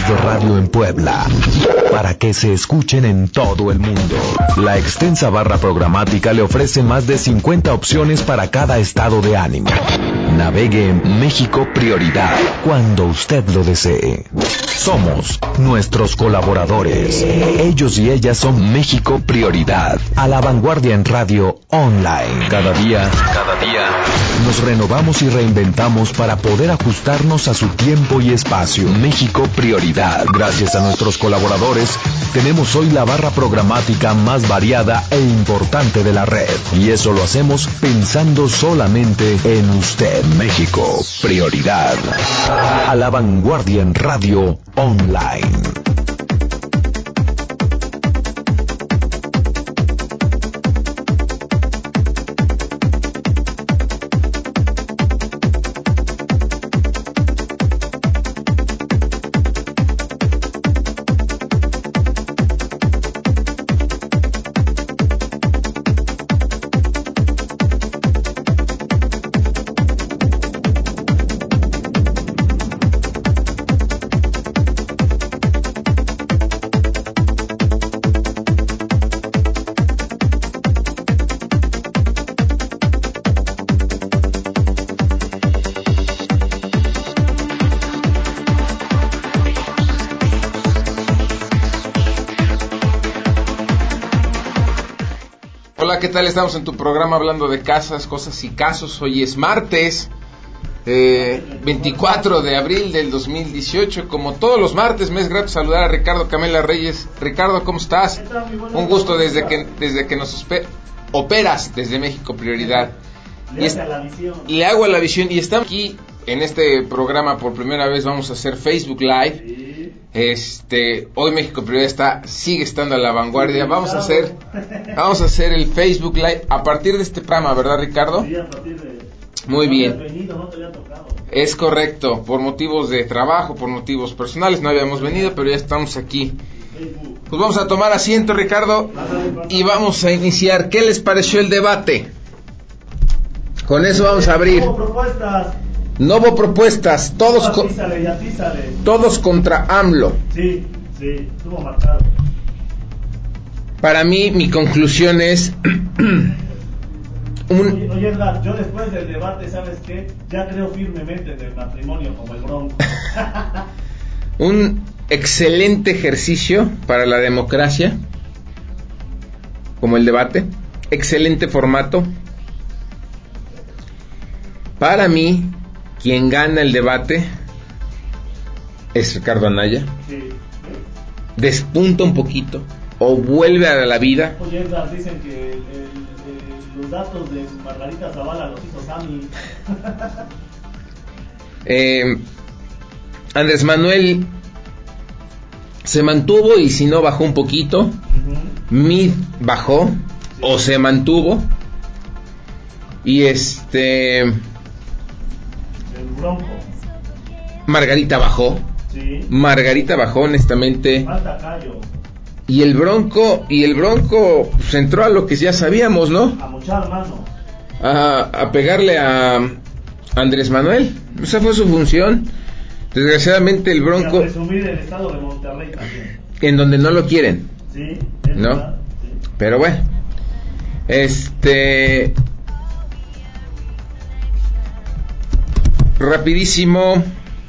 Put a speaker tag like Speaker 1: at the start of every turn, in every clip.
Speaker 1: de radio en Puebla, para que se escuchen en todo el mundo. La extensa barra programática le ofrece más de 50 opciones para cada estado de ánimo. Navegue en México Prioridad cuando usted lo desee. Somos nuestros colaboradores. Ellos y ellas son México Prioridad, a la vanguardia en radio online. Cada día nos renovamos y reinventamos para poder ajustarnos a su tiempo y espacio. México Prioridad. Gracias a nuestros colaboradores, tenemos hoy la barra programática más variada e importante de la red. Y eso lo hacemos pensando solamente en usted. México Prioridad, a la vanguardia en radio online.
Speaker 2: Hola, ¿qué tal? Estamos en tu programa hablando de casas, cosas y casos. Hoy es martes 24 de abril del 2018. Como todos los martes, me es grato saludar a Ricardo Camela Reyes. Ricardo, ¿cómo estás? Un gusto desde que nos operas desde México Prioridad. Le hago a la visión. Y estamos aquí en este programa por primera vez. Vamos a hacer Facebook Live. Hoy México Prioridad sigue estando a la vanguardia. Vamos a hacer el Facebook Live a partir de este programa, ¿verdad, Ricardo?
Speaker 3: Sí, a partir de...
Speaker 2: Muy bien.
Speaker 3: No te había tocado.
Speaker 2: Es correcto, por motivos de trabajo, por motivos personales no habíamos venido, pero ya estamos aquí. Pues vamos a tomar asiento, Ricardo, y vamos a iniciar. ¿Qué les pareció el debate? Con eso vamos a abrir. No hubo propuestas, todos contra AMLO.
Speaker 3: Sí, estuvo marcado.
Speaker 2: Para mí, mi conclusión es...
Speaker 3: Oye, Edgar, yo después del debate, ¿sabes qué? Ya creo firmemente en el matrimonio como el Bronco.
Speaker 2: Un excelente ejercicio para la democracia, como el debate. Excelente formato. Para mí, quien gana el debate es Ricardo Anaya.
Speaker 3: Sí.
Speaker 2: Despunta un poquito o vuelve a la vida.
Speaker 3: Oye, Edgar, dicen que los datos de Margarita Zavala los hizo Sammy.
Speaker 2: Andrés Manuel se mantuvo y si no bajó un poquito. Mid bajó, sí, o se mantuvo. Y
Speaker 3: el Bronco.
Speaker 2: Margarita bajó.
Speaker 3: Sí.
Speaker 2: Margarita bajó, honestamente.
Speaker 3: Falta Cayo.
Speaker 2: Y el Bronco pues, entró a lo que ya sabíamos, ¿no?
Speaker 3: A mochar mano.
Speaker 2: A pegarle a Andrés Manuel. Esa fue su función. Desgraciadamente el Bronco...
Speaker 3: Y a presumir el estado de Monterrey también.
Speaker 2: En donde no lo quieren.
Speaker 3: Sí,
Speaker 2: ¿no?
Speaker 3: Verdad, sí.
Speaker 2: Pero bueno. Rapidísimo.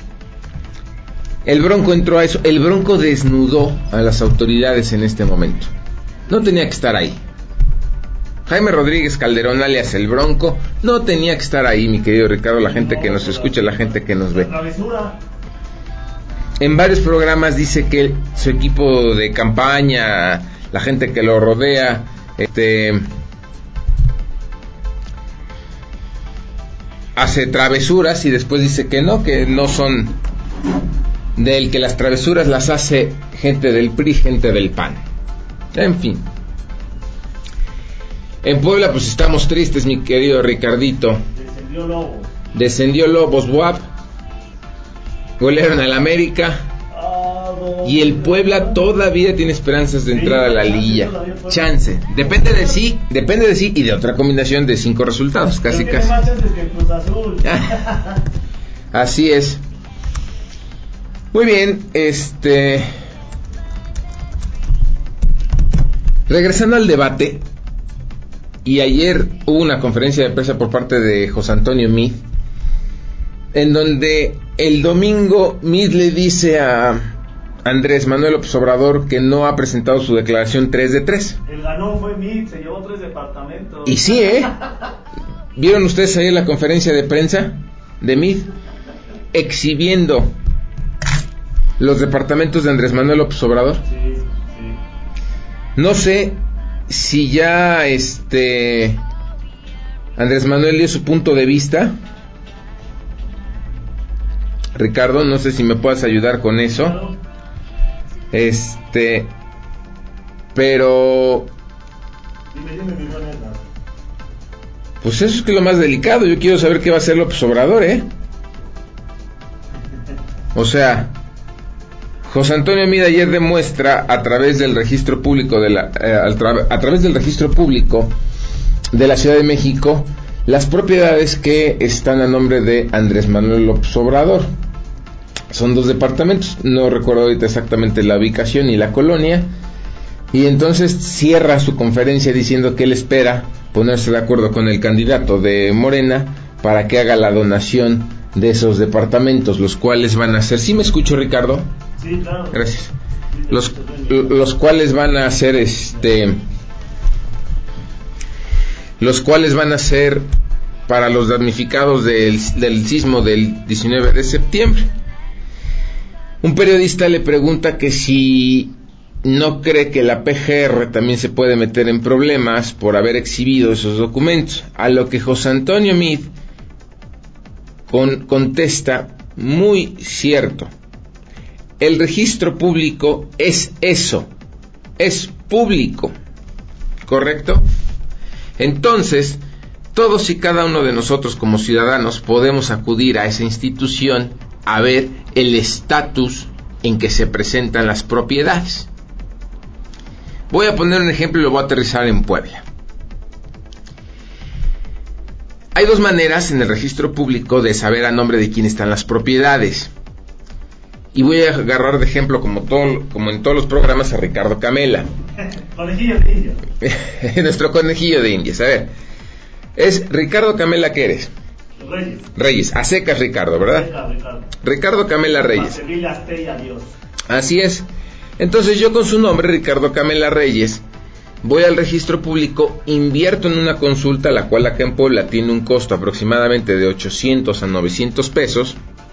Speaker 2: El Bronco entró a eso. El Bronco desnudó a las autoridades en este momento. No tenía que estar ahí. Jaime Rodríguez Calderón, alias el Bronco, no tenía que estar ahí, mi querido Ricardo. La gente que nos escucha, la gente que nos ve. En varios programas dice que su equipo de campaña, la gente que lo rodea, hace travesuras y después dice que no son de él, que las travesuras las hace gente del PRI, gente del PAN. En fin. En Puebla pues estamos tristes, mi querido Ricardito. Descendió Lobos WAP. Golearon al América. Y el Puebla todavía tiene esperanzas de entrar a la liguilla. Chance. Depende de sí y de otra combinación de 5 resultados, casi.
Speaker 3: Más chances que Cruz Azul.
Speaker 2: Así es. Muy bien, regresando al debate, y ayer hubo una conferencia de prensa por parte de José Antonio Meade, en donde el domingo Meade le dice a Andrés Manuel López Obrador que no ha presentado su declaración 3 de 3.
Speaker 3: El ganón fue Meade, se llevó 3 departamentos.
Speaker 2: Y sí, ¿vieron ustedes ahí la conferencia de prensa de Meade? Exhibiendo los departamentos de Andrés Manuel López Obrador.
Speaker 3: Sí.
Speaker 2: No sé si ya Andrés Manuel dio su punto de vista. Ricardo, no sé si me puedas ayudar con eso.
Speaker 3: Claro.
Speaker 2: Pero
Speaker 3: Dime, mi buen Edgar.
Speaker 2: pues eso es que es lo más delicado. Yo quiero saber qué va a hacer López Obrador, O sea, José Antonio Meade ayer demuestra a través del registro público a través del registro público de la Ciudad de México las propiedades que están a nombre de Andrés Manuel López Obrador. Son 2 departamentos, no recuerdo ahorita exactamente la ubicación y la colonia, y entonces cierra su conferencia diciendo que él espera ponerse de acuerdo con el candidato de Morena para que haga la donación de esos departamentos, los cuales van a ser, ¿sí me escucho, Ricardo?
Speaker 3: Sí, claro.
Speaker 2: Gracias. Los cuales van a ser los cuales van a ser para los damnificados del sismo del 19 de septiembre. Un periodista le pregunta que si no cree que la PGR también se puede meter en problemas por haber exhibido esos documentos, a lo que José Antonio Meade contesta: muy cierto. El registro público es eso, es público, ¿correcto? Entonces, todos y cada uno de nosotros como ciudadanos podemos acudir a esa institución a ver el estatus en que se presentan las propiedades. Voy a poner un ejemplo y lo voy a aterrizar en Puebla. Hay 2 maneras en el registro público de saber a nombre de quién están las propiedades. Y voy a agarrar de ejemplo, como en todos los programas, a Ricardo Camela.
Speaker 3: Conejillo de Indias.
Speaker 2: Nuestro conejillo de Indias. A ver, es Ricardo Camela, ¿qué eres? Reyes, a secas Ricardo, ¿verdad?
Speaker 3: Ricardo.
Speaker 2: Ricardo Camela Reyes.
Speaker 3: Servirle a usted y a Dios.
Speaker 2: Así es. Entonces yo con su nombre, Ricardo Camela Reyes, voy al registro público, invierto en una consulta, la cual acá en Puebla tiene un costo aproximadamente de 800 a 900 pesos.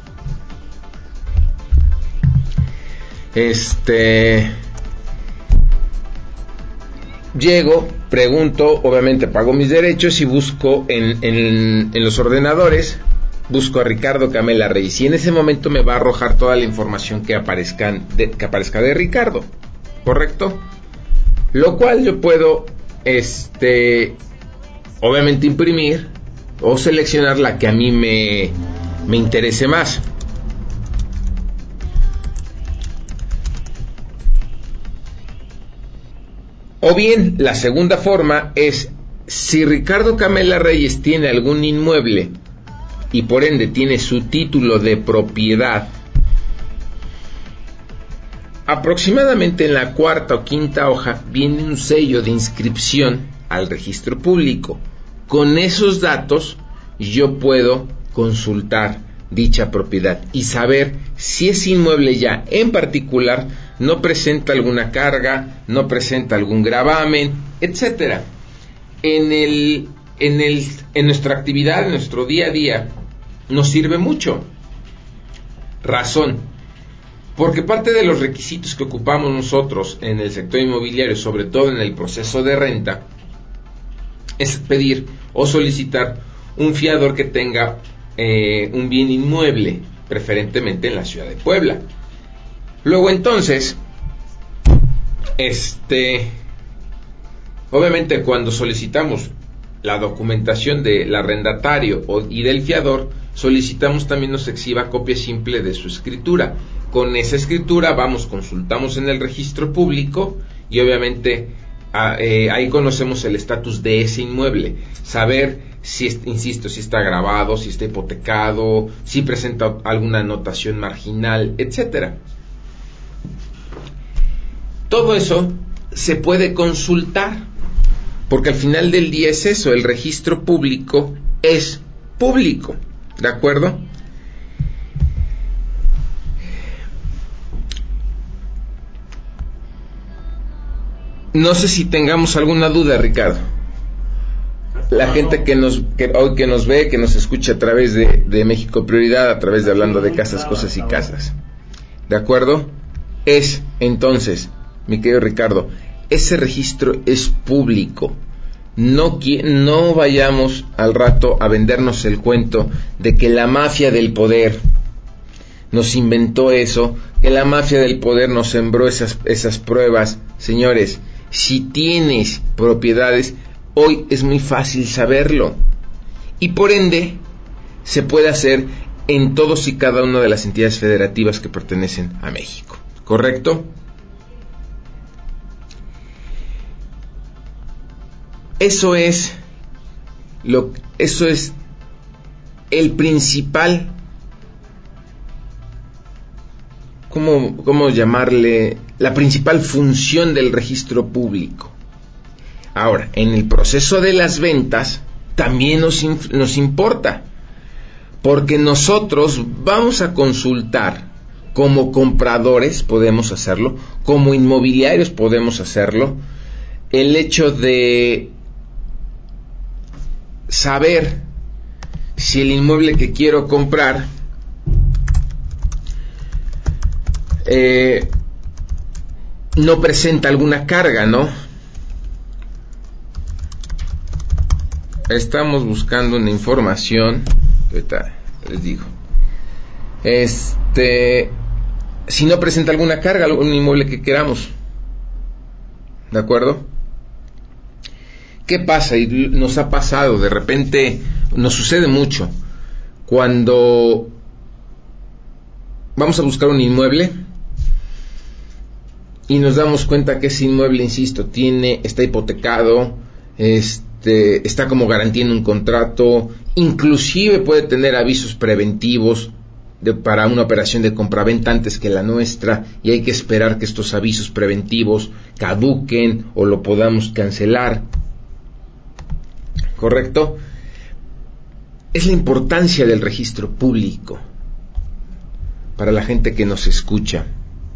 Speaker 2: Llego, pregunto, obviamente pago mis derechos y busco en los ordenadores, busco a Ricardo Camela Reyes, y en ese momento me va a arrojar toda la información que aparezca de Ricardo, ¿correcto? Lo cual yo puedo, obviamente imprimir o seleccionar la que a mí me interese más. O bien, la segunda forma es, si Ricardo Camela Reyes tiene algún inmueble y por ende tiene su título de propiedad, aproximadamente en la 4ª o 5ª hoja viene un sello de inscripción al registro público. Con esos datos yo puedo consultar dicha propiedad y saber si ese inmueble ya en particular no presenta alguna carga, no presenta algún gravamen, etcétera. En nuestra actividad, en nuestro día a día, nos sirve mucho. Razón, porque parte de los requisitos que ocupamos nosotros en el sector inmobiliario, sobre todo en el proceso de renta, es pedir o solicitar un fiador que tenga un bien inmueble, preferentemente en la ciudad de Puebla. Luego entonces, obviamente cuando solicitamos la documentación del arrendatario y del fiador, solicitamos también nos exhiba copia simple de su escritura. Con esa escritura vamos, consultamos en el registro público y obviamente ahí conocemos el estatus de ese inmueble, saber insisto, si está grabado, si está hipotecado, si presenta alguna anotación marginal, etcétera. Todo eso se puede consultar, porque al final del día es eso, el registro público es público, ¿de acuerdo? No sé si tengamos alguna duda, Ricardo. La gente que nos ve, que nos escucha a través de México Prioridad, a través de Hablando de Casas, Cosas y Casas, ¿de acuerdo? Es, entonces, mi querido Ricardo, ese registro es público. No vayamos al rato a vendernos el cuento de que la mafia del poder nos inventó eso, que la mafia del poder nos sembró esas pruebas. Señores, si tienes propiedades, hoy es muy fácil saberlo, y por ende se puede hacer en todos y cada una de las entidades federativas que pertenecen a México, ¿correcto? Eso es el principal, ¿cómo llamarle? La principal función del registro público. Ahora, en el proceso de las ventas también nos importa, porque nosotros vamos a consultar, como compradores podemos hacerlo, como inmobiliarios podemos hacerlo, el hecho de saber si el inmueble que quiero comprar no presenta alguna carga, ¿no? Estamos buscando una información, ahorita les digo. Si no presenta alguna carga, algún inmueble que queramos, ¿de acuerdo? ¿Qué pasa? Y nos ha pasado, de repente nos sucede mucho cuando vamos a buscar un inmueble y nos damos cuenta que ese inmueble, insisto, está hipotecado, está como garantía en un contrato, inclusive puede tener avisos preventivos para una operación de compraventa antes que la nuestra, y hay que esperar que estos avisos preventivos caduquen o lo podamos cancelar, ¿correcto? Es la importancia del registro público para la gente que nos escucha.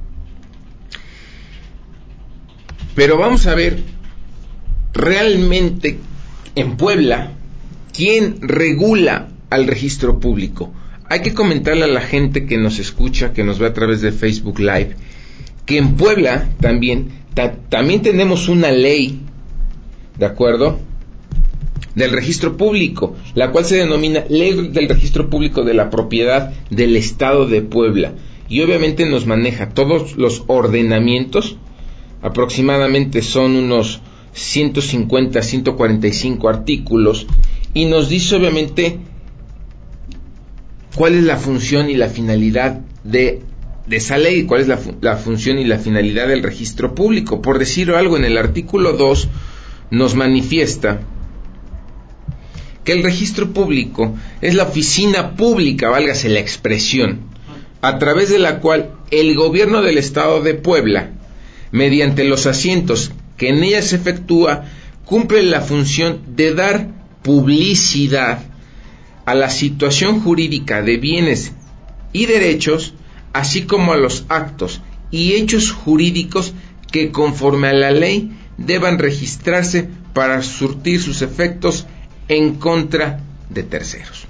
Speaker 2: Pero vamos a ver realmente en Puebla quién regula al registro público. Hay que comentarle a la gente que nos escucha, que nos ve a través de Facebook Live, que en Puebla también tenemos una ley, ¿de acuerdo?, del registro público, la cual se denomina Ley del Registro Público de la Propiedad del Estado de Puebla, y obviamente nos maneja todos los ordenamientos. Aproximadamente son unos 150, 145 artículos, y nos dice obviamente cuál es la función y la finalidad de esa ley, cuál es la función y la finalidad del registro público. Por decir algo, en el artículo 2 nos manifiesta que el registro público es la oficina pública, válgase la expresión, a través de la cual el gobierno del Estado de Puebla, mediante los asientos que en ella se efectúa, cumple la función de dar publicidad a la situación jurídica de bienes y derechos, así como a los actos y hechos jurídicos que conforme a la ley deban registrarse para surtir sus efectos en contra de terceros.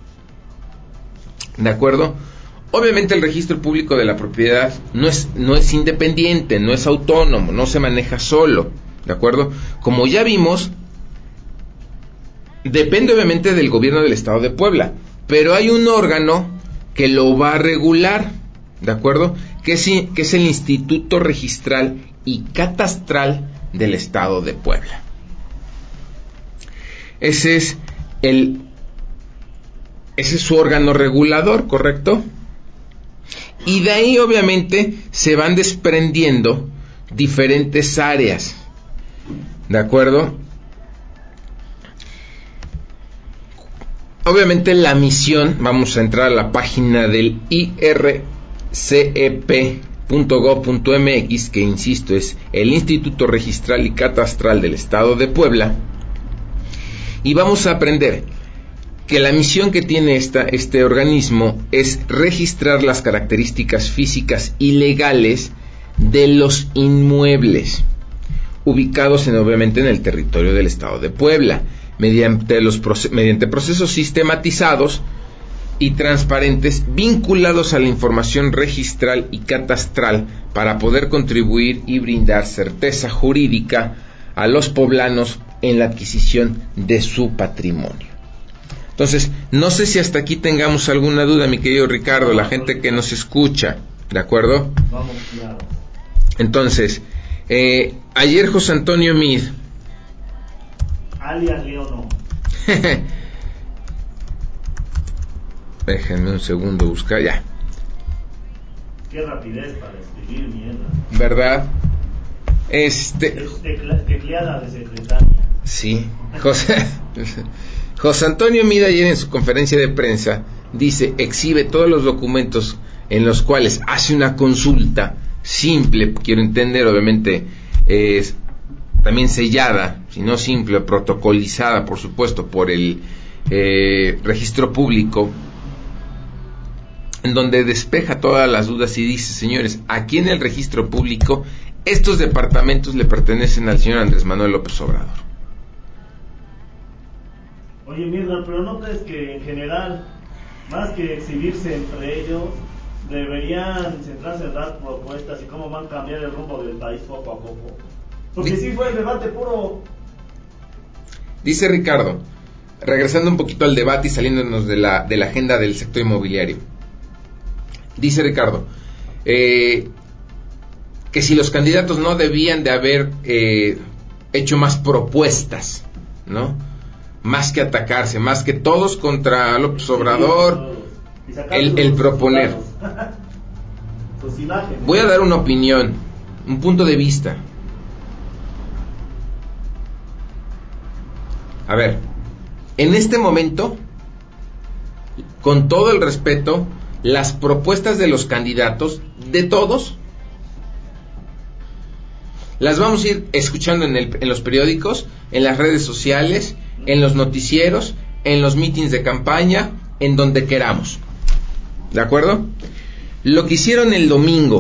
Speaker 2: ¿De acuerdo? Obviamente el registro público de la propiedad no es independiente, no es autónomo, no se maneja solo, ¿de acuerdo? Como ya vimos, depende obviamente del gobierno del Estado de Puebla, pero hay un órgano que lo va a regular, ¿de acuerdo?, que es el Instituto Registral y Catastral del Estado de Puebla. Ese es su órgano regulador, ¿correcto? Y de ahí obviamente se van desprendiendo diferentes áreas, ¿de acuerdo? obviamente la misión, vamos a entrar a la página del ircep.gov.mx, que insisto es el Instituto Registral y Catastral del Estado de Puebla, y vamos a aprender que la misión que tiene este organismo es registrar las características físicas y legales de los inmuebles ubicados obviamente en el territorio del Estado de Puebla, mediante procesos sistematizados y transparentes vinculados a la información registral y catastral para poder contribuir y brindar certeza jurídica a los poblanos en la adquisición de su patrimonio. Entonces, no sé si hasta aquí tengamos alguna duda, mi querido Ricardo, la gente que nos escucha, ¿de acuerdo?
Speaker 3: Vamos, claro.
Speaker 2: Entonces, ayer José Antonio Mid,
Speaker 3: alias Leono.
Speaker 2: Déjenme un segundo buscar, ya.
Speaker 3: Qué rapidez para escribir, mierda.
Speaker 2: ¿Verdad?
Speaker 3: Tecleada de secretaria.
Speaker 2: Sí, José Antonio Mid ayer en su conferencia de prensa dice, exhibe todos los documentos en los cuales hace una consulta simple, quiero entender, obviamente es también sellada, si no simple, protocolizada, por supuesto, por el registro público, en donde despeja todas las dudas y dice, señores, aquí en el registro público, estos departamentos le pertenecen al señor Andrés Manuel López Obrador.
Speaker 3: Oye, Mirna, pero ¿no crees que en general, más que exhibirse entre ellos, deberían centrarse en dar propuestas y cómo van a cambiar el rumbo del país poco a poco? Porque sí fue el debate puro.
Speaker 2: Dice Ricardo, regresando un poquito al debate y saliéndonos de la agenda del sector inmobiliario. Dice Ricardo, que si los candidatos no debían de haber hecho más propuestas, ¿no? Más que atacarse, más que todos contra López Obrador, el proponer. Voy a dar una opinión, un punto de vista. A ver, en este momento, con todo el respeto, las propuestas de los candidatos, de todos, las vamos a ir escuchando en los periódicos, en las redes sociales, en los noticieros, en los mítines de campaña, en donde queramos. ¿De acuerdo? Lo que hicieron el domingo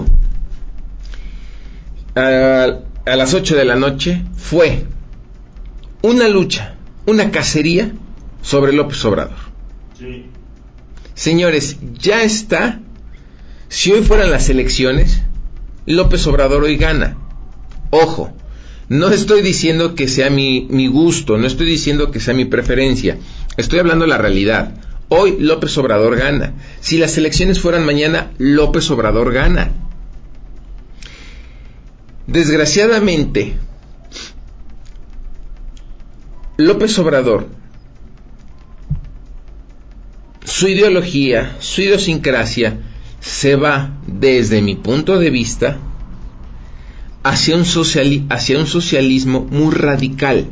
Speaker 2: a las 8 de la noche fue una lucha, una cacería sobre López Obrador.
Speaker 3: Sí.
Speaker 2: Señores, ya está. Si hoy fueran las elecciones, López Obrador hoy gana. Ojo, no estoy diciendo que sea mi gusto, no estoy diciendo que sea mi preferencia, estoy hablando de la realidad. Hoy López Obrador gana. Si las elecciones fueran mañana, López Obrador gana. Desgraciadamente, López Obrador, su ideología, su idiosincrasia, se va, desde mi punto de vista, hacia un socialismo muy radical.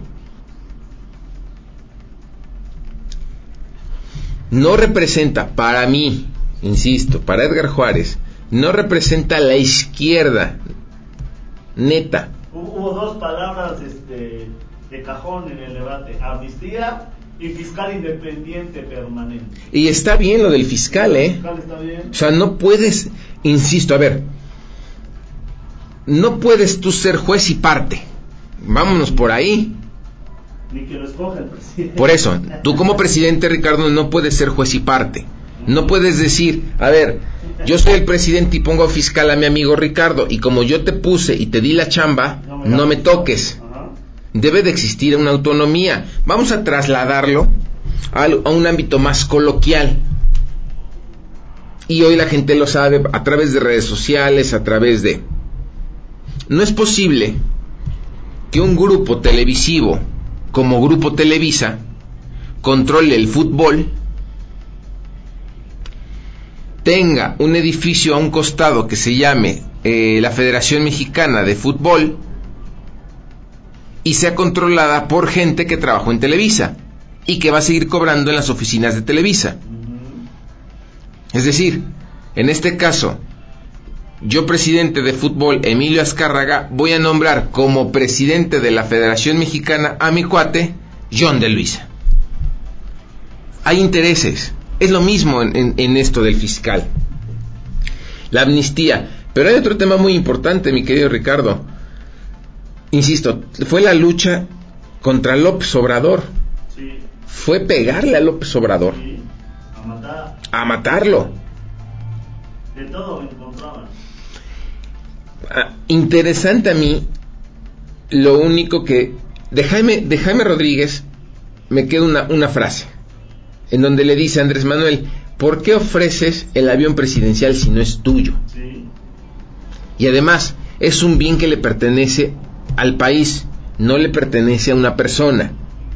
Speaker 2: No representa, para mí, insisto, para Edgar Juárez, no representa la izquierda neta.
Speaker 3: Hubo dos palabras de cajón en el debate: amnistía y fiscal independiente permanente.
Speaker 2: Y está bien lo del fiscal,
Speaker 3: El fiscal está bien.
Speaker 2: O sea, no puedes, insisto, a ver, no puedes tú ser juez y parte. Vámonos por ahí.
Speaker 3: Ni que lo escoja el presidente.
Speaker 2: Por eso, tú como presidente, Ricardo, no puedes ser juez y parte. No puedes decir, a ver, yo soy el presidente y pongo fiscal a mi amigo Ricardo, y como yo te puse y te di la chamba, no me toques.
Speaker 3: Ajá.
Speaker 2: Debe de existir una autonomía. Vamos a trasladarlo a un ámbito más coloquial. Y hoy la gente lo sabe a través de redes sociales, a través de... No es posible que un grupo televisivo como Grupo Televisa controle el fútbol, tenga un edificio a un costado que se llame la Federación Mexicana de Fútbol y sea controlada por gente que trabajó en Televisa. y que va a seguir cobrando en las oficinas de Televisa. Es decir, en este caso, yo, presidente de fútbol, Emilio Azcárraga, voy a nombrar como presidente de la Federación Mexicana a mi cuate, John de Luisa. Hay intereses. Es lo mismo en esto del fiscal. La amnistía. Pero hay otro tema muy importante, mi querido Ricardo. Insisto, fue la lucha contra López Obrador.
Speaker 3: Sí.
Speaker 2: Fue pegarle a López Obrador.
Speaker 3: Sí.
Speaker 2: A matarlo.
Speaker 3: De todo encontraban.
Speaker 2: Interesante a mí, lo único que de Jaime Rodríguez me queda una frase en donde le dice a Andrés Manuel: ¿por qué ofreces el avión presidencial si no es tuyo?
Speaker 3: Sí.
Speaker 2: Y además es un bien que le pertenece al país, no le pertenece a una persona.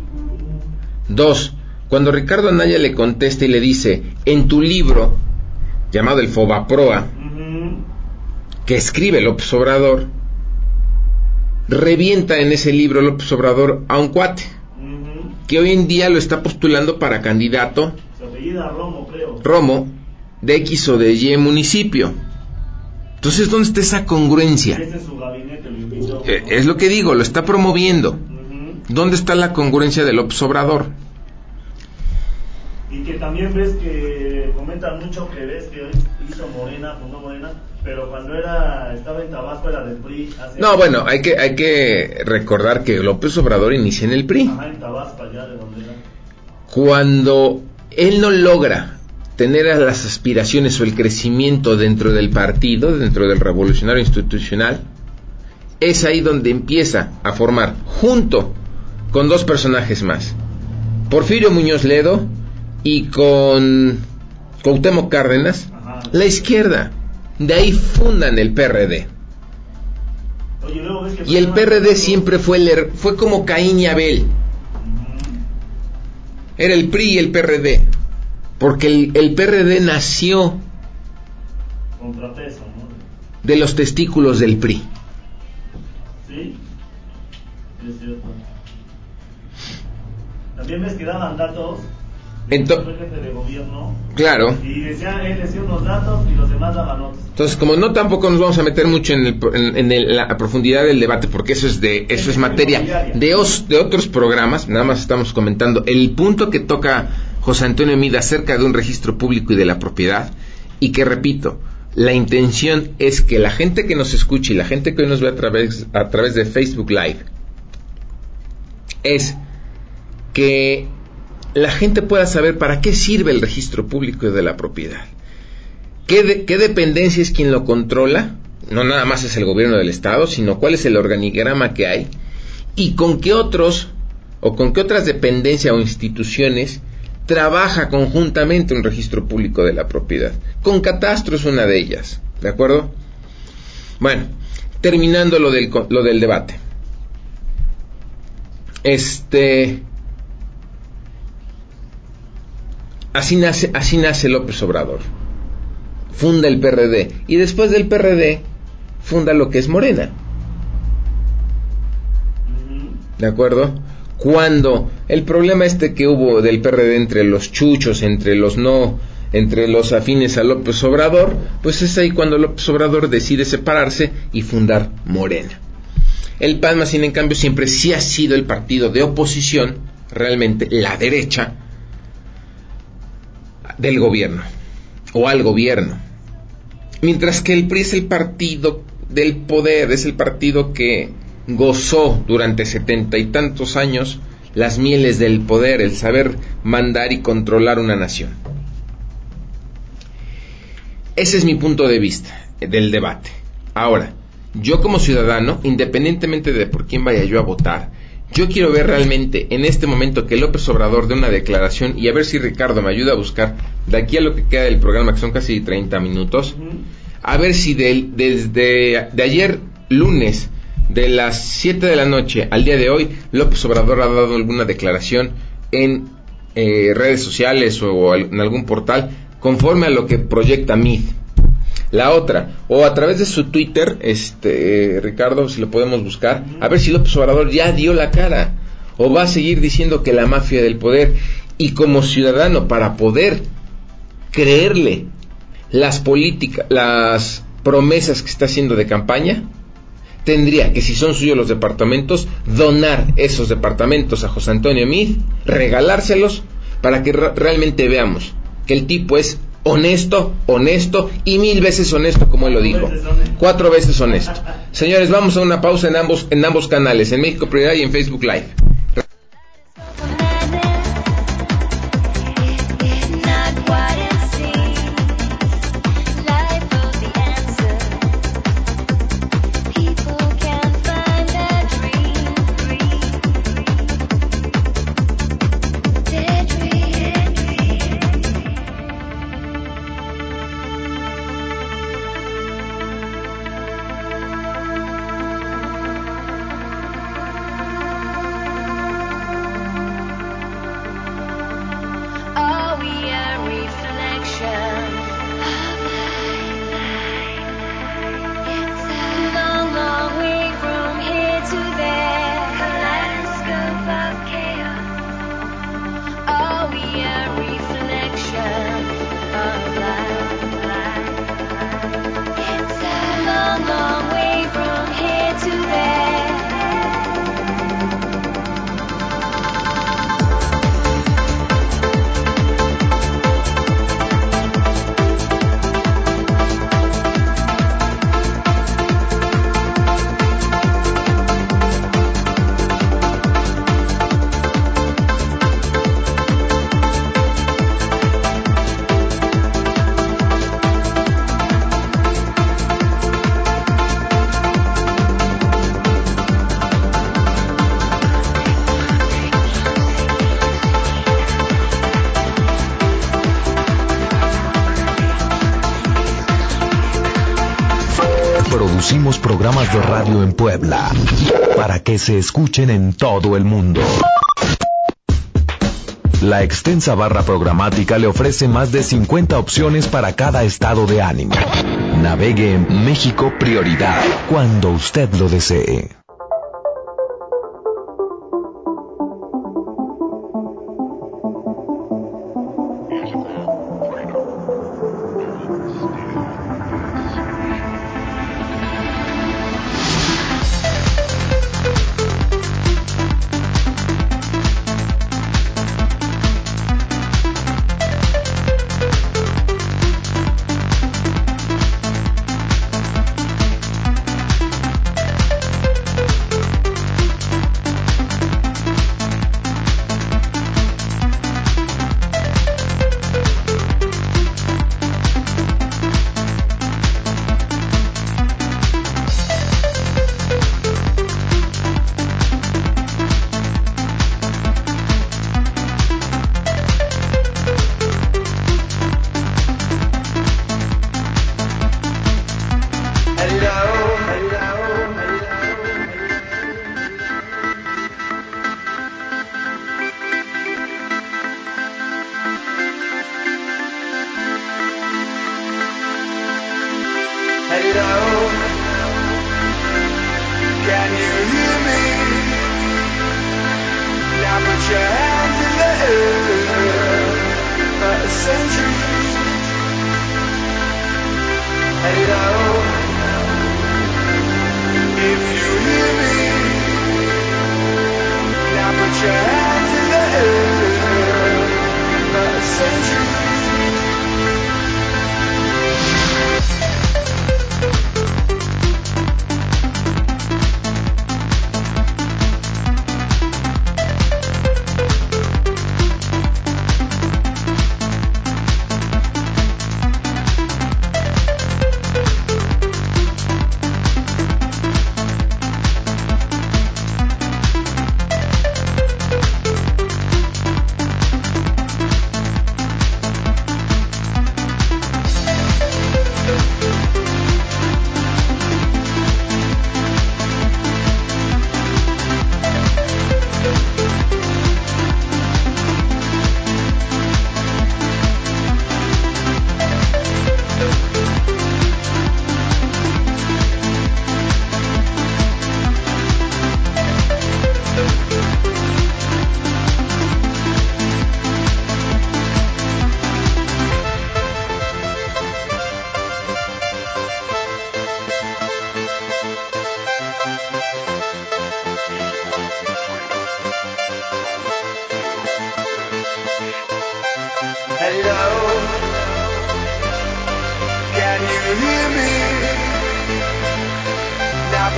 Speaker 2: 2. Cuando Ricardo Anaya le contesta y le dice: en tu libro llamado el Fobaproa, que escribe López Obrador, revienta en ese libro López Obrador a un cuate que hoy en día lo está postulando para candidato.
Speaker 3: Se apellida Romo, creo.
Speaker 2: Romo, de X o de Y municipio. Entonces, ¿dónde está esa congruencia?
Speaker 3: Este es su gabinete, lo invito, ¿no?
Speaker 2: Es lo que digo, lo está promoviendo. ¿Dónde está la congruencia de López Obrador?
Speaker 3: Y que también ves que comentan mucho que ves que hizo Morena, fundó Morena, pero cuando estaba en Tabasco era del PRI.
Speaker 2: No, bueno, hay que recordar que López Obrador inicia en el PRI.
Speaker 3: Ajá, en Tabasco, allá de donde era.
Speaker 2: Cuando él no logra tener las aspiraciones o el crecimiento dentro del partido, dentro del revolucionario institucional, es ahí donde empieza a formar, junto con dos personajes más, Porfirio Muñoz Ledo y con Cuauhtémoc Cárdenas, la izquierda. De ahí fundan el PRD.
Speaker 3: Oye, luego ves que
Speaker 2: y el PRD siempre fue como Caín y Abel. Era el PRI y el PRD, porque el PRD nació
Speaker 3: contrapeso, ¿no?
Speaker 2: De los testículos del PRI.
Speaker 3: Sí, es cierto. También ves que daban datos. Fue jefe de gobierno.
Speaker 2: Claro.
Speaker 3: Y él decía unos datos y los demás daban otros.
Speaker 2: Entonces, como no, tampoco nos vamos a meter mucho en la profundidad del debate, porque eso es materia de otros programas. Nada más estamos comentando el punto que toca José Antonio Mida acerca de un registro público y de la propiedad, y que, repito, la intención es que la gente que nos escuche y la gente que hoy nos ve a través de Facebook Live, es que la gente pueda saber para qué sirve el registro público de la propiedad. ¿Qué dependencia es quien lo controla? No nada más es el gobierno del estado, sino cuál es el organigrama que hay y con qué otras dependencias o instituciones trabaja conjuntamente un registro público de la propiedad. Con Catastro es una de ellas, ¿de acuerdo? Bueno, terminando lo del debate. Así nace López Obrador. Funda el PRD. Y después del PRD, funda lo que es Morena. ¿De acuerdo? Cuando el problema que hubo del PRD entre los chuchos, entre los afines a López Obrador, pues es ahí cuando López Obrador decide separarse y fundar Morena. El PAN, más sin en cambio, siempre sí ha sido el partido de oposición, realmente la derecha del gobierno o al gobierno, mientras que el PRI es el partido del poder, es el partido que gozó durante 70 y tantos años las mieles del poder, el saber mandar y controlar una nación. Ese es mi punto de vista del debate. Ahora, yo como ciudadano, independientemente de por quién vaya yo a votar, yo quiero ver realmente en este momento que López Obrador dé una declaración, y a ver si Ricardo me ayuda a buscar de aquí a lo que queda del programa, que son casi 30 minutos, a ver si desde ayer lunes, de las 7 de la noche al día de hoy, López Obrador ha dado alguna declaración en redes sociales o en algún portal conforme a lo que proyecta MID. La otra, o a través de su Twitter, Ricardo, si lo podemos buscar, a ver si López Obrador ya dio la cara, ¿O va a seguir diciendo que la mafia del poder? Y como ciudadano, para poder creerle las políticas, las promesas que está haciendo de campaña, tendría que, si son suyos los departamentos, donar esos departamentos a José Antonio Meade, regalárselos, para que realmente veamos que el tipo es honesto y 1000 veces honesto, como él lo dijo. 4 veces honesto. Señores, vamos a una pausa en ambos canales, en México Prioridad y en Facebook Live.
Speaker 1: Producimos programas de radio en Puebla para que se escuchen en todo el mundo. La extensa barra programática le ofrece más de 50 opciones para cada estado de ánimo. Navegue en México Prioridad cuando usted lo desee.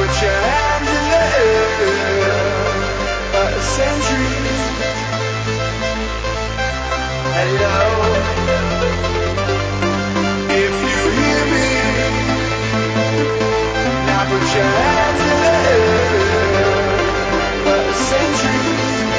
Speaker 4: put your hands in the air for a century. Hello, if you hear me, now put your hands in the air for a century.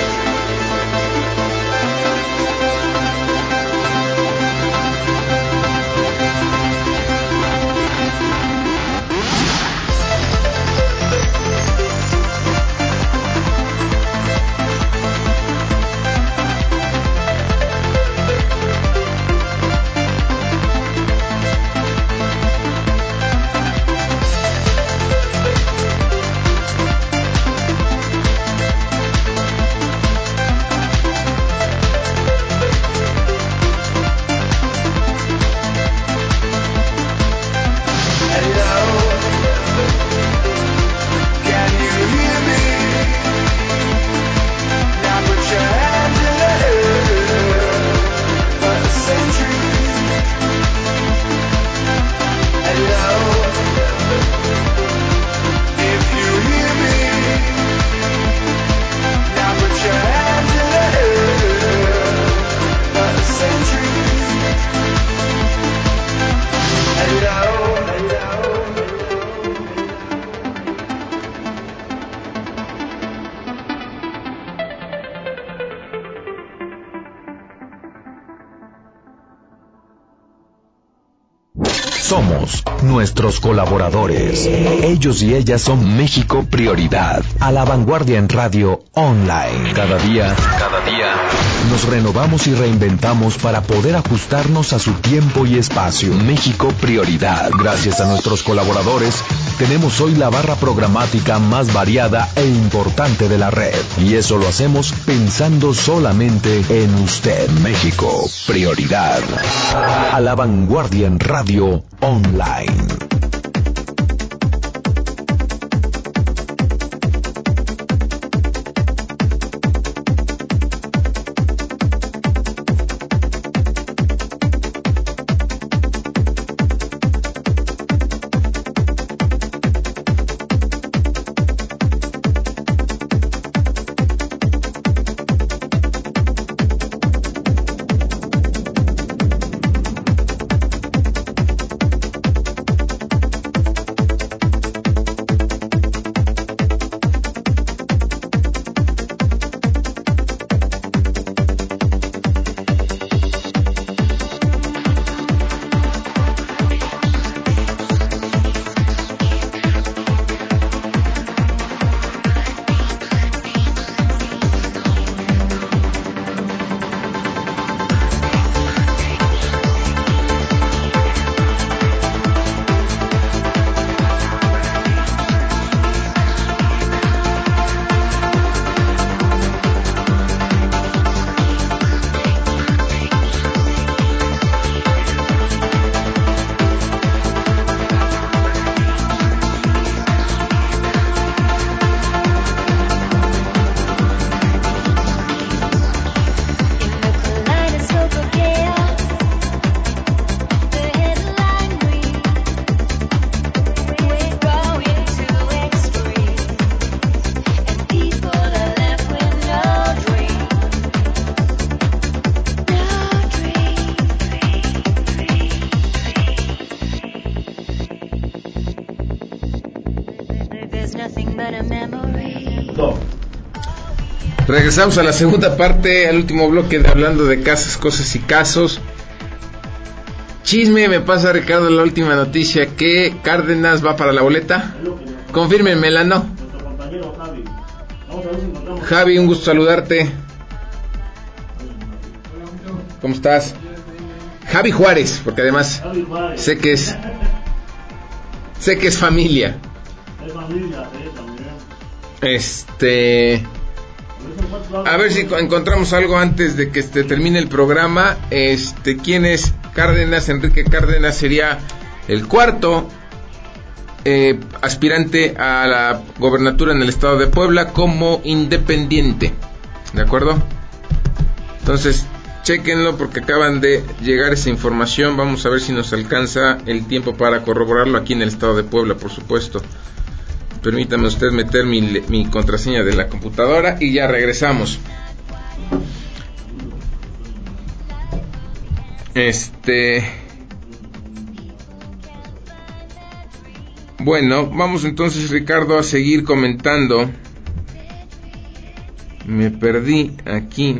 Speaker 1: Somos nuestros colaboradores. Ellos y ellas son México Prioridad. A la vanguardia en radio online. Cada día, nos renovamos y reinventamos para poder ajustarnos a su tiempo y espacio. México Prioridad. Gracias a nuestros colaboradores, tenemos hoy la barra programática más variada e importante de la red. Y eso lo hacemos pensando solamente en usted. México Prioridad. A la vanguardia en radio online.
Speaker 2: Regresamos a la segunda parte, al último bloque de Hablando de Casas, Cosas y Casos. Chisme, me pasa Ricardo la última noticia, que Cárdenas va para la boleta. Confírmenmela, ¿no?
Speaker 3: Nuestro compañero Javi. Vamos a ver si encontramos.
Speaker 2: Javi, un gusto saludarte. ¿Cómo estás? Javi Juárez, porque además
Speaker 3: Javi Juárez.
Speaker 2: sé que es familia.
Speaker 3: Es familia, también.
Speaker 2: A ver si encontramos algo antes de que termine el programa. ¿Quién es Cárdenas? Enrique Cárdenas sería el cuarto aspirante a la gobernatura en el estado de Puebla como independiente. ¿De acuerdo? Entonces, chéquenlo porque acaban de llegar esa información. Vamos a ver si nos alcanza el tiempo para corroborarlo aquí en el estado de Puebla, por supuesto. Permítame usted meter mi contraseña de la computadora y ya regresamos. Bueno, vamos entonces, Ricardo, a seguir comentando. Me perdí aquí.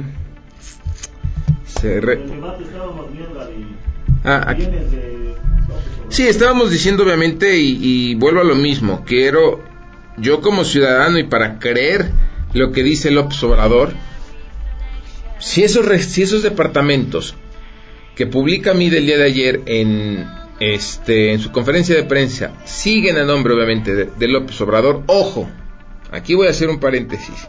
Speaker 2: Aquí. Sí, estábamos diciendo obviamente y vuelvo a lo mismo. Quiero, yo como ciudadano y para creer lo que dice López Obrador, si esos departamentos que publica Mide el día de ayer en su conferencia de prensa siguen a nombre obviamente de López Obrador, ojo, aquí voy a hacer un paréntesis.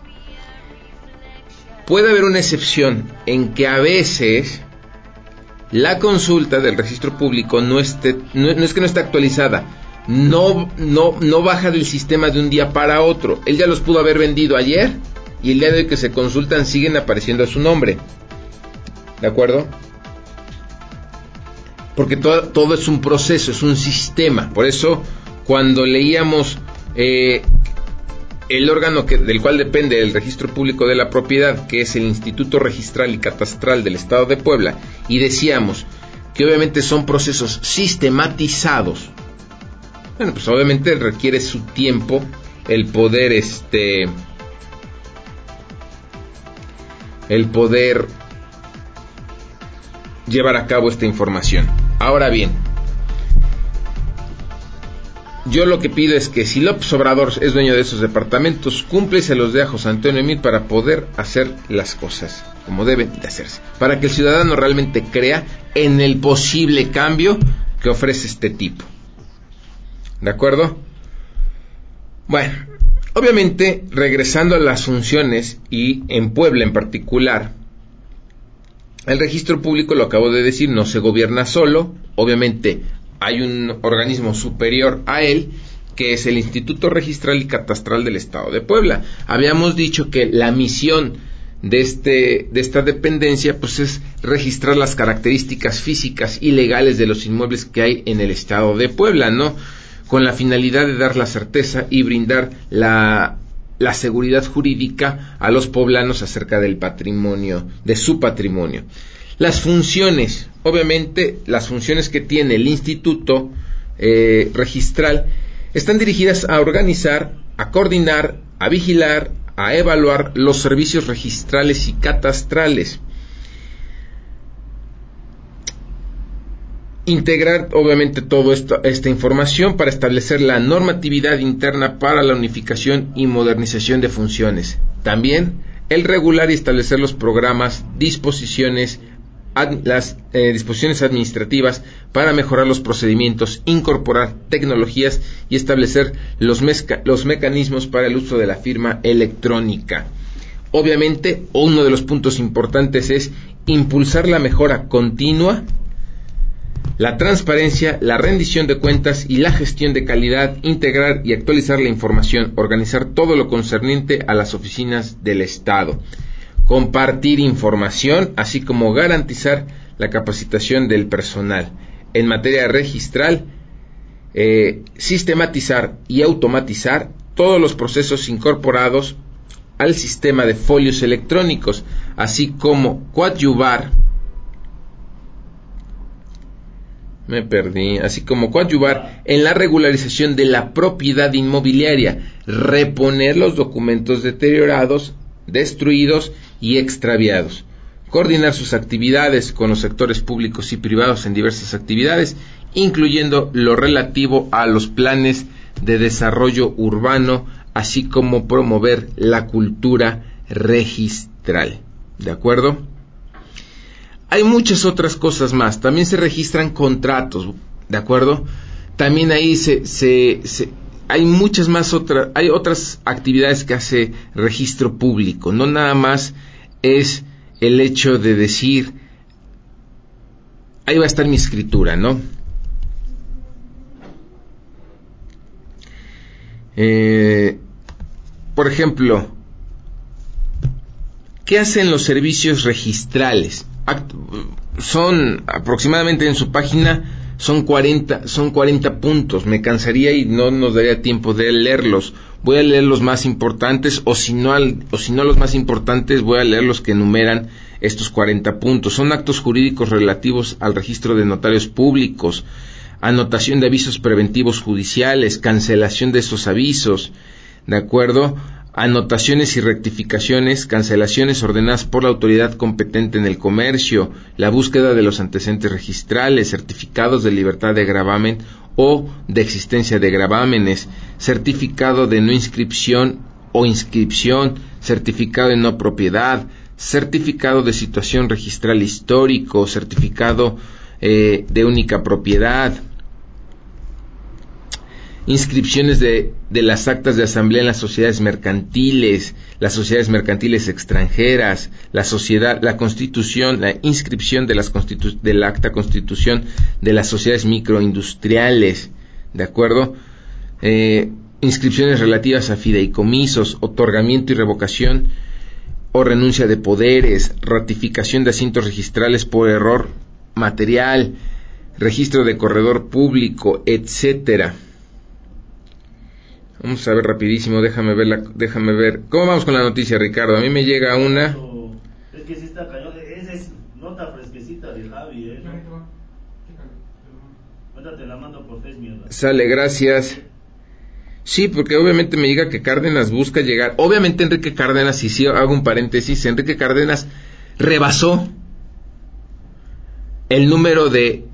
Speaker 2: Puede haber una excepción en que a veces la consulta del registro público no es que no esté actualizada, no baja del sistema de un día para otro. Él ya los pudo haber vendido ayer y el día de hoy que se consultan siguen apareciendo a su nombre, ¿de acuerdo? Porque todo es un proceso, es un sistema. Por eso cuando leíamos el órgano del cual depende el registro público de la propiedad, que es el Instituto Registral y Catastral del Estado de Puebla, y decíamos que obviamente son procesos sistematizados, bueno, pues obviamente requiere su tiempo el poder llevar a cabo esta información. Ahora bien, yo lo que pido es que si López Obrador es dueño de esos departamentos, cumple y se los dé a José Antonio Emil para poder hacer las cosas como deben de hacerse, para que el ciudadano realmente crea en el posible cambio que ofrece este tipo. ¿De acuerdo? Bueno, obviamente, regresando a las funciones y en Puebla en particular, el registro público, lo acabo de decir, no se gobierna solo, obviamente hay un organismo superior a él, que es el Instituto Registral y Catastral del Estado de Puebla. Habíamos dicho que la misión de esta dependencia pues es registrar las características físicas y legales de los inmuebles que hay en el Estado de Puebla, ¿no? Con la finalidad de dar la certeza y brindar la seguridad jurídica a los poblanos acerca del patrimonio, de su patrimonio. Las funciones, obviamente, las funciones que tiene el Instituto Registral están dirigidas a organizar, a coordinar, a vigilar, a evaluar los servicios registrales y catastrales. Integrar, obviamente, toda esta información para establecer la normatividad interna para la unificación y modernización de funciones. También el regular y establecer los programas, disposiciones administrativas para mejorar los procedimientos, incorporar tecnologías y establecer los mecanismos para el uso de la firma electrónica. Obviamente, uno de los puntos importantes es impulsar la mejora continua, la transparencia, la rendición de cuentas y la gestión de calidad, integrar y actualizar la información, organizar todo lo concerniente a las oficinas del Estado, compartir información, así como garantizar la capacitación del personal. En materia registral, sistematizar y automatizar todos los procesos incorporados al sistema de folios electrónicos, así como coadyuvar en la regularización de la propiedad inmobiliaria, reponer los documentos deteriorados, destruidos y extraviados, coordinar sus actividades con los sectores públicos y privados en diversas actividades, incluyendo lo relativo a los planes de desarrollo urbano, así como promover la cultura registral. ¿De acuerdo? Hay muchas otras cosas más. También se registran contratos, ¿de acuerdo? También ahí hay muchas más hay otras actividades que hace registro público. No nada más es el hecho de decir, ahí va a estar mi escritura, ¿no? Por ejemplo, ¿qué hacen los servicios registrales? Son aproximadamente en su página, Son 40 puntos. Me cansaría y no nos daría tiempo de leerlos. Voy a leer los más importantes, o si no los más importantes, voy a leer los que enumeran estos 40 puntos. Son actos jurídicos relativos al registro de notarios públicos, anotación de avisos preventivos judiciales, cancelación de esos avisos, ¿de acuerdo? Anotaciones y rectificaciones, cancelaciones ordenadas por la autoridad competente en el comercio, la búsqueda de los antecedentes registrales, certificados de libertad de gravamen o de existencia de gravámenes, certificado de no inscripción o inscripción, certificado de no propiedad, certificado de situación registral histórico, certificado de única propiedad, inscripciones de las actas de asamblea en las sociedades mercantiles extranjeras, la constitución, la inscripción del acta constitución de las sociedades microindustriales, ¿de acuerdo? Inscripciones relativas a fideicomisos, otorgamiento y revocación o renuncia de poderes, ratificación de asientos registrales por error material, registro de corredor público, etcétera. Vamos a ver rapidísimo, déjame ver. ¿Cómo vamos con la noticia, Ricardo? A mí me llega una.
Speaker 3: Es que sí está cañón, esa es nota fresquecita de Javi, Ahorita te la mando por Facebook, mierda.
Speaker 2: Sale, gracias. Sí, porque obviamente me llega que Cárdenas busca llegar. Obviamente Enrique Cárdenas, y sí hago un paréntesis, Enrique Cárdenas rebasó el número de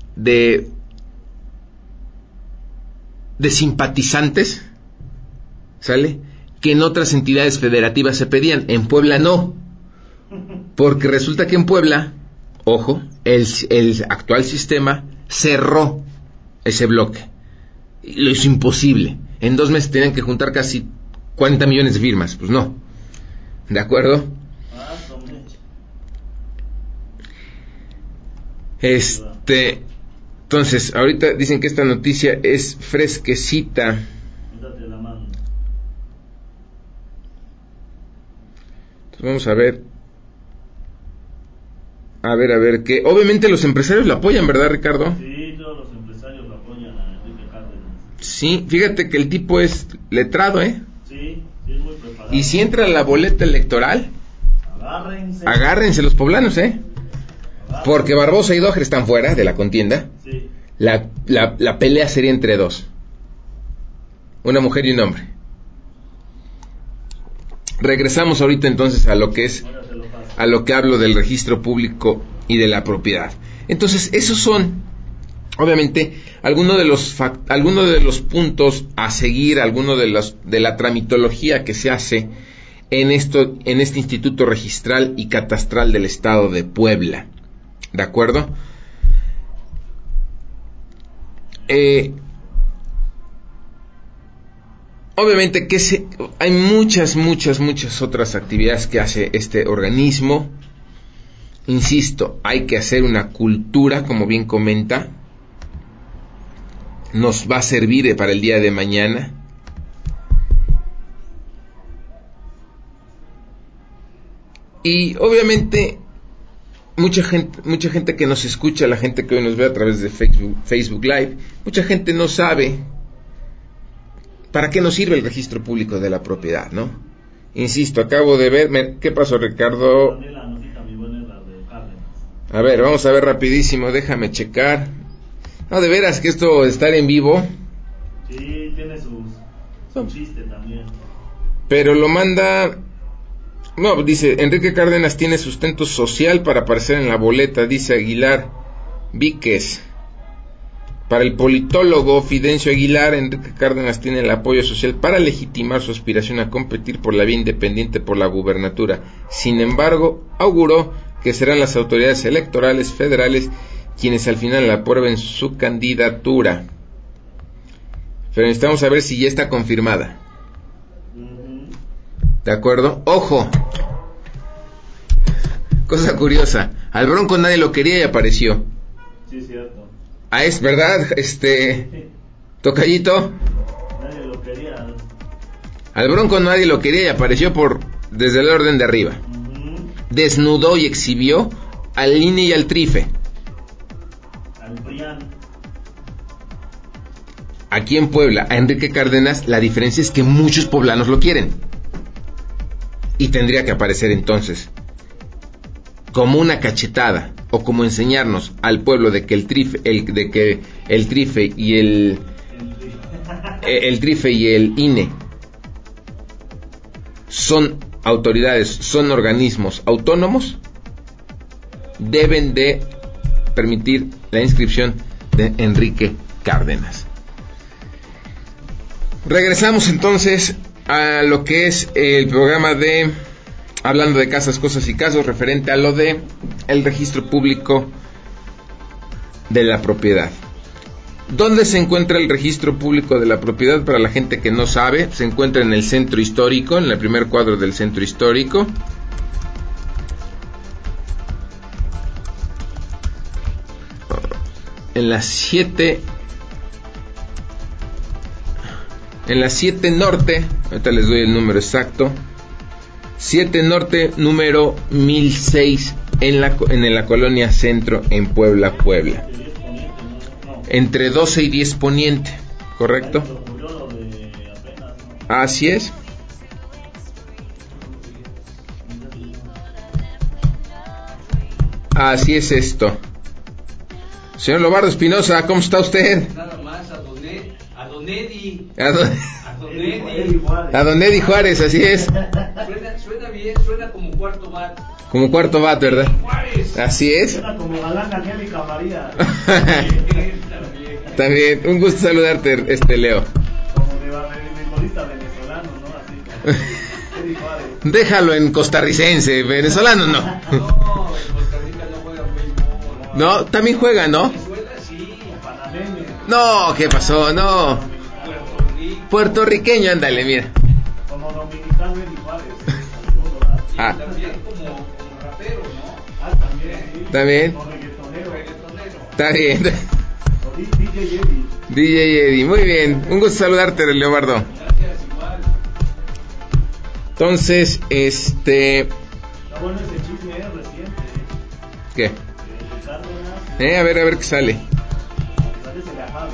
Speaker 2: simpatizantes, ¿sale?, que en otras entidades federativas se pedían. En Puebla no, porque resulta que en Puebla, ojo, el actual sistema cerró ese bloque, lo hizo imposible. En 2 meses tenían que juntar casi 40 millones de firmas. Pues no, ¿de acuerdo? Entonces, ahorita dicen que esta noticia es fresquecita. Entonces vamos a ver. A ver, que obviamente los empresarios lo apoyan, ¿verdad, Ricardo?
Speaker 3: Sí, todos los empresarios lo apoyan a Enrique Cárdenas.
Speaker 2: Sí, fíjate que el tipo es letrado,
Speaker 3: Sí, es muy preparado.
Speaker 2: Y si entra la boleta electoral, agárrense los poblanos, porque Barbosa y Doher están fuera de la contienda.
Speaker 3: Sí.
Speaker 2: La pelea sería entre 2, una mujer y un hombre. Regresamos ahorita entonces a lo que hablo del registro público y de la propiedad. Entonces, esos son, obviamente, algunos de los puntos a seguir, algunos de la tramitología que se hace en este Instituto Registral y Catastral del Estado de Puebla. ¿De acuerdo? Obviamente que hay muchas otras actividades que hace este organismo. Insisto, hay que hacer una cultura, como bien comenta. Nos va a servir para el día de mañana. Y obviamente mucha gente que nos escucha, la gente que hoy nos ve a través de Facebook Live, mucha gente no sabe para qué nos sirve el registro público de la propiedad, ¿no? Insisto, acabo de ver. ¿Qué pasó, Ricardo? A ver, vamos a ver rapidísimo, déjame checar. No, de veras que esto de estar en vivo.
Speaker 3: Sí, tiene su chiste también.
Speaker 2: Pero lo manda. No, dice, Enrique Cárdenas tiene sustento social para aparecer en la boleta, dice Aguilar Víquez. Para el politólogo Fidencio Aguilar, Enrique Cárdenas tiene el apoyo social para legitimar su aspiración a competir por la vía independiente por la gubernatura. Sin embargo, auguró que serán las autoridades electorales federales quienes al final aprueben su candidatura. Pero necesitamos saber si ya está confirmada. ¿De acuerdo? ¡Ojo! Cosa curiosa. Al Bronco nadie lo quería y apareció.
Speaker 3: Sí, cierto.
Speaker 2: Ah, es verdad, Tocayito.
Speaker 3: Nadie lo quería.
Speaker 2: Al Bronco nadie lo quería y apareció desde el orden de arriba. Desnudó y exhibió al INE y al TRIFE.
Speaker 3: Al PRIAN.
Speaker 2: aquí en Puebla a Enrique Cárdenas, la diferencia es que muchos poblanos lo quieren. Y tendría que aparecer entonces como una cachetada o como enseñarnos al pueblo de que el Trife y el Trife y el INE son autoridades, son organismos autónomos, deben de permitir la inscripción de Enrique Cárdenas. Regresamos entonces a lo que es el programa de Hablando de Casas, Cosas y Casos, referente a lo de el registro público de la propiedad. ¿Dónde se encuentra el registro público de la propiedad? Para la gente que no sabe, se encuentra en el centro histórico, en el primer cuadro del centro histórico. En las 7 Norte, ahorita les doy el número exacto, 7 Norte, número 1006, en la colonia Centro, en Puebla. Entre 12 y 10 Poniente, ¿correcto? Así es. Así es esto. Señor Lobardo Espinosa, ¿cómo está usted?
Speaker 5: Nada más a Don Eddie.
Speaker 2: A Don Eddie Juárez, así es.
Speaker 5: Suena bien, suena como cuarto bat.
Speaker 2: Como cuarto bat, ¿verdad?
Speaker 5: Juárez.
Speaker 2: Así es.
Speaker 3: Suena como Galán Angélica María.
Speaker 2: También, un gusto saludarte, Leo.
Speaker 3: Como de beisbolista venezolano, ¿no? Así como Eddie Juárez.
Speaker 2: Déjalo en costarricense, venezolano no.
Speaker 5: No, en Costa Rica no juegan béisbol.
Speaker 2: No, también juega, ¿no?
Speaker 5: Venezuela sí.
Speaker 3: Panameño.
Speaker 2: No, ¿qué pasó? No.
Speaker 5: Puerto Rico.
Speaker 2: Puertorriqueño, ándale, mira.
Speaker 3: Como dominicano Eddie Juárez. Al segundo lado.
Speaker 5: Y
Speaker 2: Ah.
Speaker 5: también como rapero, ¿no?
Speaker 3: También, sí.
Speaker 2: También.
Speaker 3: Como reggaetonero.
Speaker 2: Está bien.
Speaker 3: O DJ Eddie.
Speaker 2: DJ Eddie, muy bien. Un gusto saludarte, Leobardo.
Speaker 5: Gracias, igual.
Speaker 2: Entonces,
Speaker 3: Está bueno ese chisme, reciente.
Speaker 2: ¿qué?
Speaker 3: De Cárdenas.
Speaker 2: A ver qué sale.
Speaker 3: Parece la Javi.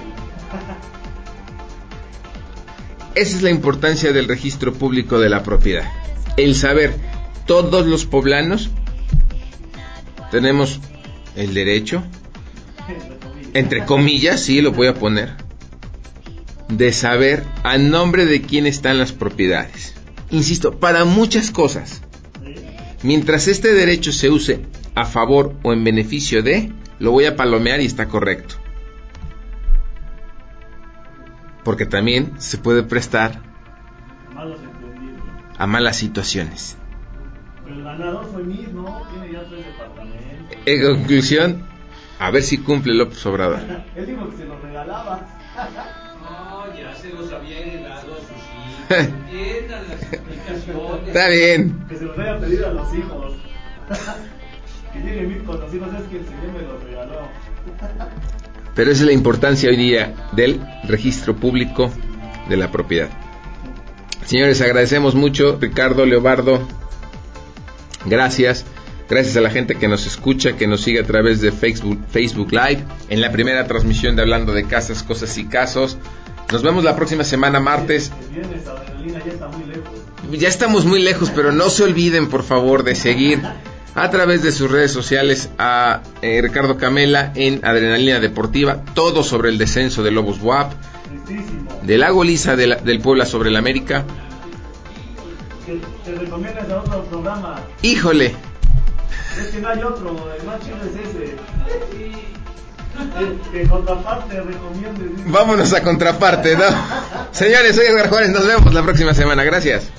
Speaker 2: Esa es la importancia del registro público de la propiedad. El saber, todos los poblanos tenemos el derecho, entre comillas, sí, lo voy a poner, de saber a nombre de quién están las propiedades. Insisto, para muchas cosas. Mientras este derecho se use a favor o en beneficio de, lo voy a palomear y está correcto. Porque también se puede prestar
Speaker 3: Malos entendidos.
Speaker 2: a malas situaciones.
Speaker 3: Pero el ganador fue Mir, ¿no? Tiene ya 3 departamentos.
Speaker 2: En conclusión, a ver si cumple López Obrador.
Speaker 3: Él dijo que se los regalaba.
Speaker 5: No, ya se los había heredado a sus hijos. Entiendan las explicaciones.
Speaker 2: Está bien.
Speaker 3: Que se los vaya a pedir a los hijos. Que llegue Mir con los hijos, es que el Señor me los regaló.
Speaker 2: Pero esa es la importancia hoy día del registro público de la propiedad. Señores, agradecemos mucho, Ricardo, Leobardo. Gracias. Gracias a la gente que nos escucha, que nos sigue a través de Facebook Live, en la primera transmisión de Hablando de Casas, Cosas y Casos. Nos vemos la próxima semana, martes.
Speaker 3: El viernes, Adrenalina ya está muy lejos.
Speaker 2: Ya estamos muy lejos, pero no se olviden, por favor, de seguir a través de sus redes sociales a Ricardo Camela en Adrenalina Deportiva, todo sobre el descenso de Lobos WAP,
Speaker 3: Tristísimo.
Speaker 2: de la goliza del Puebla sobre el América.
Speaker 3: Te recomiendas a otro programa.
Speaker 2: ¡Híjole!
Speaker 3: Es que no hay otro, el más chido es ese. Que Contraparte recomiende.
Speaker 2: Vámonos a Contraparte, ¿no? Señores, soy Edgar Juárez, nos vemos la próxima semana. Gracias.